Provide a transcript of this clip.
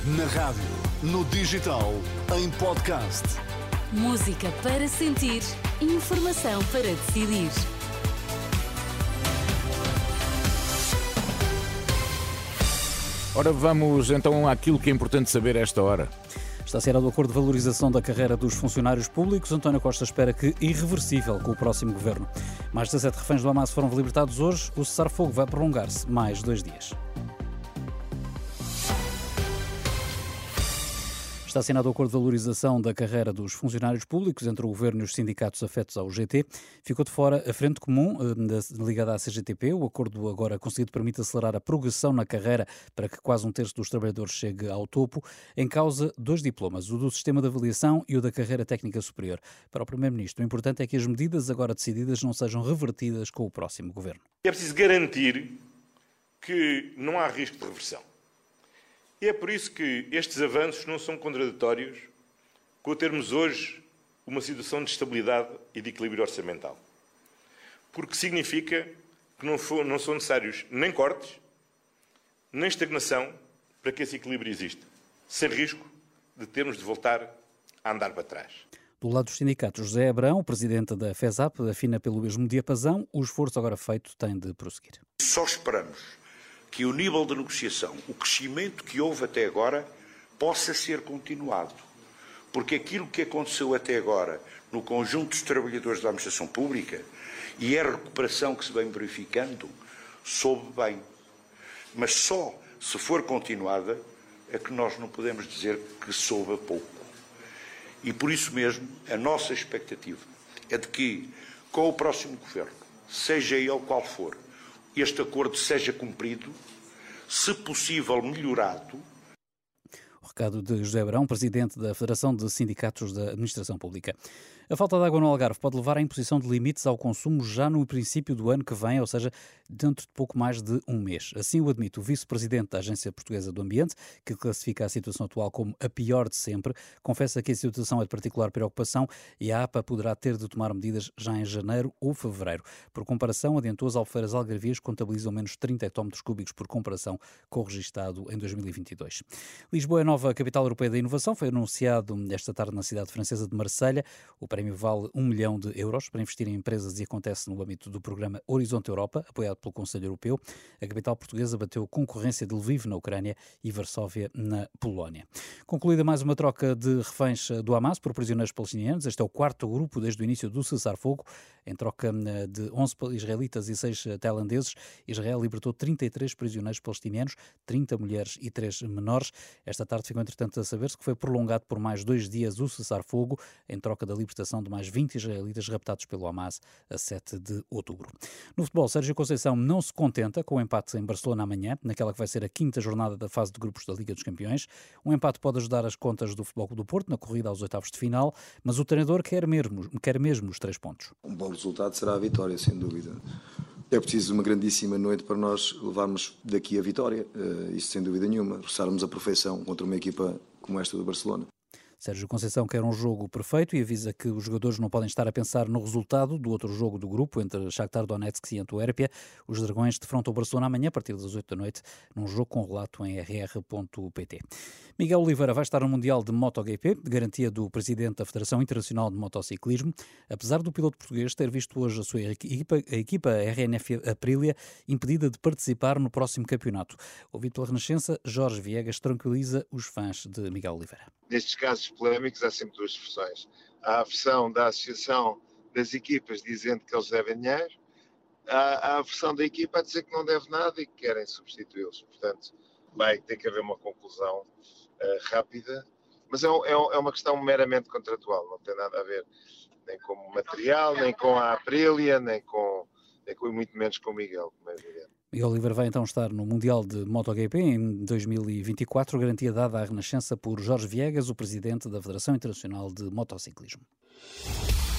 Na rádio, no digital, em podcast. Música para sentir, informação para decidir. Ora, vamos então àquilo que é importante saber a esta hora. Está assinado o acordo de valorização da carreira dos funcionários públicos. António Costa espera que irreversível com o próximo governo. Mais 17 reféns do Hamas foram libertados hoje. O cessar-fogo vai prolongar-se mais 2 dias. Está assinado o acordo de valorização da carreira dos funcionários públicos entre o Governo e os sindicatos afetos ao GT. Ficou de fora a Frente Comum, ligada à CGTP. O acordo agora conseguido permite acelerar a progressão na carreira para que quase um terço dos trabalhadores chegue ao topo. Em causa, 2 diplomas, o do Sistema de Avaliação e o da Carreira Técnica Superior. Para o Primeiro-Ministro, o importante é que as medidas agora decididas não sejam revertidas com o próximo Governo. É preciso garantir que não há risco de reversão. E é por isso que estes avanços não são contraditórios com termos hoje uma situação de estabilidade e de equilíbrio orçamental. Porque significa que não são necessários nem cortes, nem estagnação para que esse equilíbrio exista, sem risco de termos de voltar a andar para trás. Do lado dos sindicatos, José Abrão, o presidente da FESAP, afina pelo mesmo diapasão. O esforço agora feito tem de prosseguir. Só esperamos que o nível de negociação, o crescimento que houve até agora, possa ser continuado. Porque aquilo que aconteceu até agora no conjunto dos trabalhadores da administração pública e a recuperação que se vem verificando, soube bem. Mas só se for continuada é que nós não podemos dizer que soube a pouco. E por isso mesmo, a nossa expectativa é de que, com o próximo governo, seja ele qual for, este acordo seja cumprido, se possível melhorado. O recado de José Abrão, presidente da Federação de Sindicatos da Administração Pública. A falta de água no Algarve pode levar à imposição de limites ao consumo já no princípio do ano que vem, ou seja, dentro de pouco mais de um mês. Assim o admite o vice-presidente da Agência Portuguesa do Ambiente, que classifica a situação atual como a pior de sempre. Confessa que a situação é de particular preocupação e a APA poderá ter de tomar medidas já em janeiro ou fevereiro. Por comparação, adiantou, as Albufeiras algarvias contabilizam menos 30 hectómetros cúbicos por comparação com o registado em 2022. Lisboa é a nova capital europeia da inovação. Foi anunciado esta tarde na cidade francesa de Marselha. O prémio vale 1 milhão de euros para investir em empresas e acontece no âmbito do programa Horizonte Europa, apoiado pelo Conselho Europeu. A capital portuguesa bateu concorrência de Lviv, na Ucrânia, e Varsóvia, na Polónia. Concluída mais uma troca de reféns do Hamas por prisioneiros palestinianos. Este é o 4º grupo desde o início do cessar-fogo. Em troca de 11 israelitas e 6 tailandeses, Israel libertou 33 prisioneiros palestinianos, 30 mulheres e 3 menores. Esta tarde ficou, entretanto, a saber-se que foi prolongado por mais 2 dias o cessar-fogo, em troca da libertação de mais 20 israelitas raptados pelo Hamas a 7 de outubro. No futebol, Sérgio Conceição não se contenta com o empate em Barcelona amanhã, naquela que vai ser a 5ª jornada da fase de grupos da Liga dos Campeões. Um empate pode ajudar as contas do Futebol Clube do Porto na corrida aos oitavos de final, mas o treinador quer mesmo os 3 pontos. Um bom resultado será a vitória, sem dúvida. É preciso uma grandíssima noite para nós levarmos daqui a vitória, isso sem dúvida nenhuma, roçarmos a perfeição contra uma equipa como esta do Barcelona. Sérgio Conceição quer um jogo perfeito e avisa que os jogadores não podem estar a pensar no resultado do outro jogo do grupo entre Shakhtar Donetsk e Antuérpia. Os Dragões defrontam o Barcelona amanhã a partir das 8 da noite, num jogo com relato em rr.pt. Miguel Oliveira vai estar no Mundial de MotoGP, de garantia do presidente da Federação Internacional de Motociclismo, apesar do piloto português ter visto hoje a sua equipa RNF Aprilia impedida de participar no próximo campeonato. Ouvido pela Renascença, Jorge Viegas tranquiliza os fãs de Miguel Oliveira. Nestes casos polémicos há sempre 2 versões. Há a versão da associação das equipas dizendo que eles devem dinheiro, há a versão da equipa a dizer que não deve nada e que querem substituí-los. Portanto, vai ter que haver uma conclusão rápida, mas é uma questão meramente contratual, não tem nada a ver nem com o material, nem com a Aprilia, nem com muito menos com o Miguel, como é evidente. Miguel Oliveira vai então estar no Mundial de MotoGP em 2024, garantia dada à Renascença por Jorge Viegas, o presidente da Federação Internacional de Motociclismo.